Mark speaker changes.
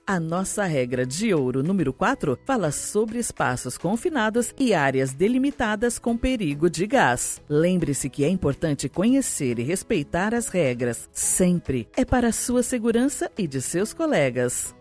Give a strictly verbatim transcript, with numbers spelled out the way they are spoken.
Speaker 1: A nossa regra de ouro número quatro fala sobre espaços confinados e áreas delimitadas com perigo de gás. Lembre-se que é importante conhecer e respeitar as regras. Sempre é para a sua segurança e de seus colegas.